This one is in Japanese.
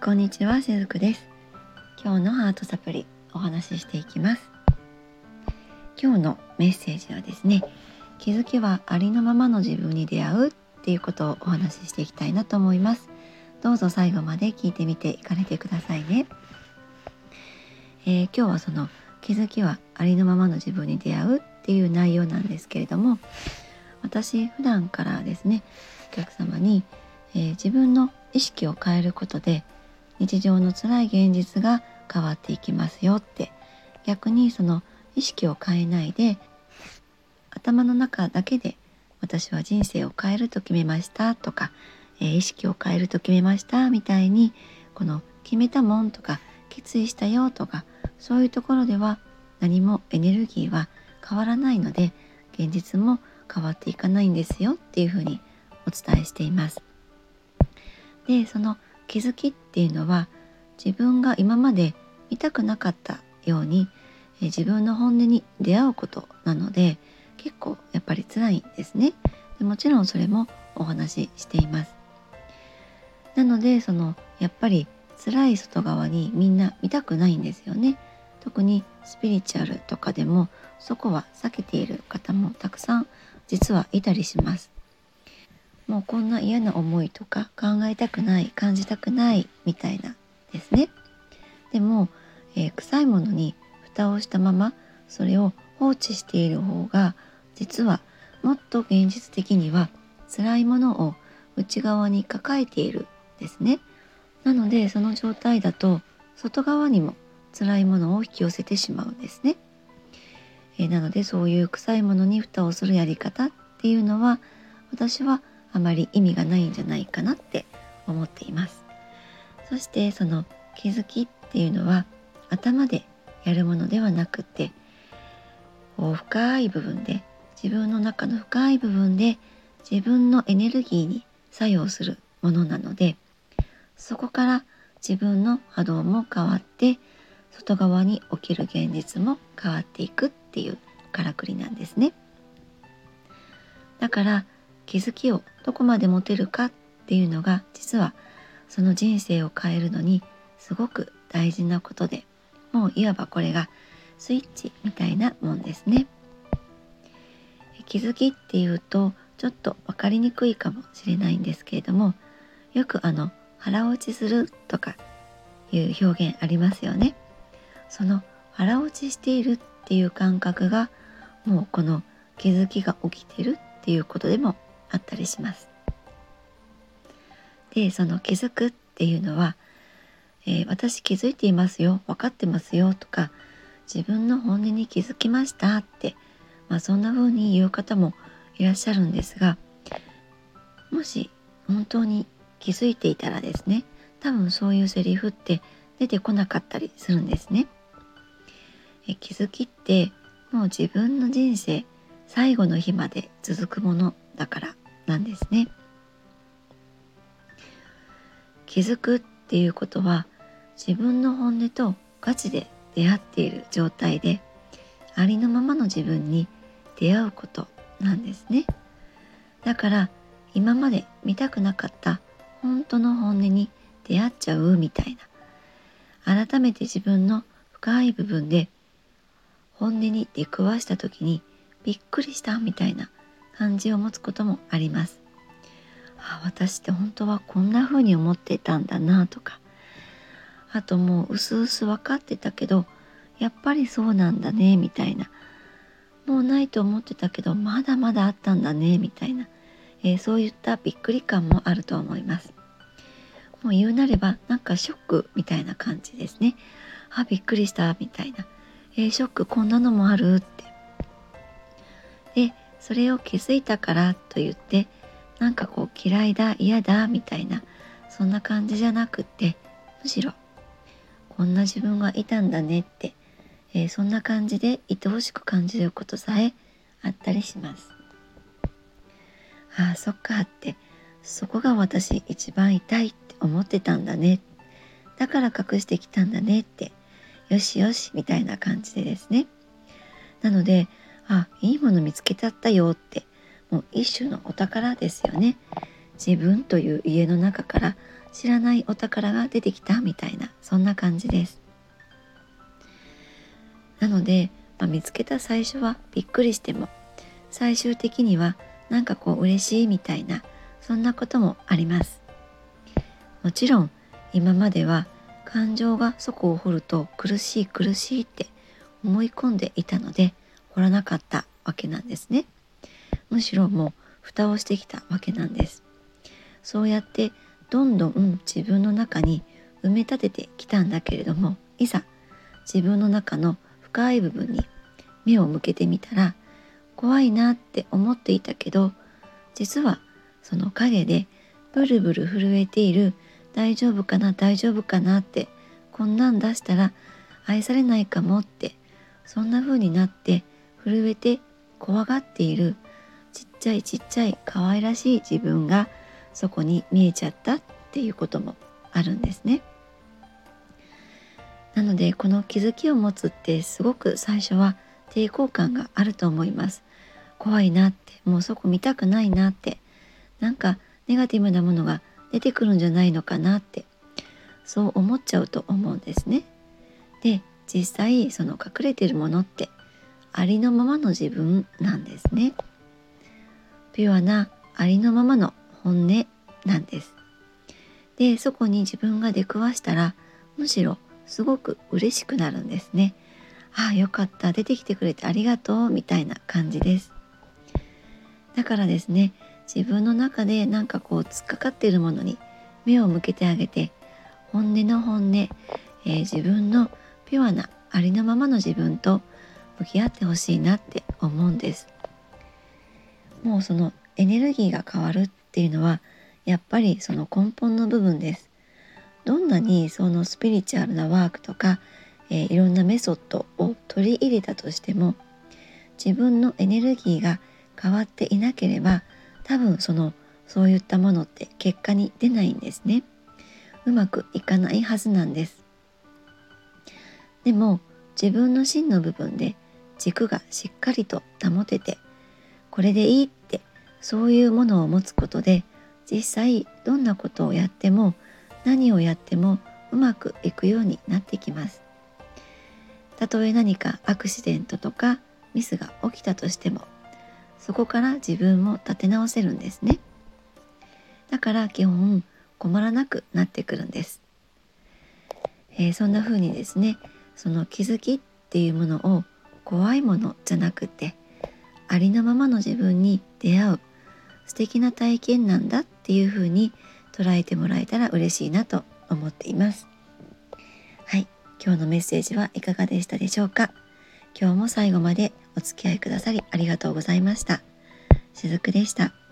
こんにちは、しずくです。今日のハートサプリお話ししていきます。今日のメッセージはですね、気づきはありのままの自分に出会うっていうことをお話ししていきたいなと思います。どうぞ最後まで聞いてみていかれてくださいね。今日はその気づきはありのままの自分に出会うっていう内容なんですけれども、私普段からですね、お客様に、自分の意識を変えることで日常の辛い現実が変わっていきますよって、逆にその意識を変えないで頭の中だけで私は人生を変えると決めましたとか、意識を変えると決めましたみたいに、この決めたもんとか決意したよとか、そういうところでは何もエネルギーは変わらないので、現実も変わっていかないんですよっていうふうにお伝えしています。で、その気づきっていうのは自分が今まで見たくなかったように自分の本音に出会うことなので、結構やっぱり辛いんですね。でもちろんそれもお話ししています。なのでやっぱり辛い外側にみんな見たくないんですよね。特にスピリチュアルとかでもそこは避けている方もたくさん実はいたりします。もうこんな嫌な思いとか考えたくない、感じたくないみたいなですね。でも、臭いものに蓋をしたままそれを放置している方が、実はもっと現実的には辛いものを内側に抱えているですね。なのでその状態だと外側にも辛いものを引き寄せてしまうんですね。なのでそういう臭いものに蓋をするやり方っていうのは、私はあまり意味がないんじゃないかなって思っています。そしてその気づきっていうのは頭でやるものではなくて、こう深い部分で、自分の中の深い部分で自分のエネルギーに作用するものなので、そこから自分の波動も変わって外側に起きる現実も変わっていくっていうからくりなんですね。だから気づきをどこまで持てるかっていうのが、実はその人生を変えるのにすごく大事なことで、もういわばこれがスイッチみたいなもんですね。気づきっていうとちょっと分かりにくいかもしれないんですけれども、よく腹落ちするとかいう表現ありますよね。その腹落ちしているっていう感覚が、もうこの気づきが起きているっていうことでもあったりします。で、その気づくっていうのは、私気づいていますよ、分かってますよとか、自分の本音に気づきましたって、そんな風に言う方もいらっしゃるんですが、もし本当に気づいていたらですね、多分そういうセリフって出てこなかったりするんですね。気づきってもう自分の人生最後の日まで続くものだからなんですね。気づくっていうことは自分の本音とガチで出会っている状態で、ありのままの自分に出会うことなんですね。だから今まで見たくなかった本当の本音に出会っちゃうみたいな、改めて自分の深い部分で本音に出くわした時にびっくりしたみたいな感じを持つこともあります。私って本当はこんな風に思っていたんだなとか、あともう薄々分かってたけどやっぱりそうなんだねみたいな、もうないと思ってたけどまだまだあったんだねみたいな、そういったびっくり感もあると思います。もう言うなればなんかショックみたいな感じですね。びっくりしたみたいな、ショックこんなのもあるって。でそれを気づいたからと言ってなんかこう嫌いだ嫌だみたいな、そんな感じじゃなくって、むしろこんな自分がいたんだねって、そんな感じでいてほしく感じることさえあったりします。そっかって、そこが私一番痛いって思ってたんだね、だから隠してきたんだねって、よしよしみたいな感じでですね。なのでいいもの見つけちゃったよって、もう一種のお宝ですよね。 自分という家の中から知らないお宝が出てきたみたいな、そんな感じです。なので、見つけた最初はびっくりしても、最終的にはなんか嬉しいみたいな、そんなこともあります。もちろん今までは感情が底を掘ると苦しい苦しいって思い込んでいたので、掘らなかったわけなんですね。むしろもう蓋をしてきたわけなんです。そうやってどんどん自分の中に埋め立ててきたんだけれども、いざ自分の中の深い部分に目を向けてみたら、怖いなって思っていたけど、実はその陰でブルブル震えている、大丈夫かな大丈夫かなって、こんなん出したら愛されないかもって、そんな風になって震えて怖がっているちっちゃいちっちゃい可愛らしい自分がそこに見えちゃったっていうこともあるんですね。なのでこの気づきを持つってすごく最初は抵抗感があると思います。怖いなって、もうそこ見たくないなって、なんかネガティブなものが出てくるんじゃないのかなって、そう思っちゃうと思うんですね。で、実際その隠れているものってありのままの自分なんですね。ピュアなありのままの本音なんです。で、そこに自分が出くわしたら、むしろすごく嬉しくなるんですね。ああ、よかった、出てきてくれてありがとうみたいな感じです。だからですね、自分の中でなんか突っかかっているものに目を向けてあげて、本音の本音、自分のピュアなありのままの自分と向き合ってほしいなって思うんです。もうそのエネルギーが変わるっていうのは、やっぱりその根本の部分です。どんなにそのスピリチュアルなワークとか、いろんなメソッドを取り入れたとしても、自分のエネルギーが変わっていなければ、多分そういったものって結果に出ないんですね。うまくいかないはずなんです。でも自分の芯の部分で軸がしっかりと保てて、これでいいって、そういうものを持つことで、実際どんなことをやっても何をやってもうまくいくようになってきます。たとえ何かアクシデントとかミスが起きたとしても、そこから自分も立て直せるんですね。だから基本困らなくなってくるんです。そんな風にですね、その気づきっていうものを怖いものじゃなくて、ありのままの自分に出会う素敵な体験なんだっていう風に捉えてもらえたら嬉しいなと思っています。はい、今日のメッセージはいかがでしたでしょうか。今日も最後までお付き合いくださりありがとうございました。しずくでした。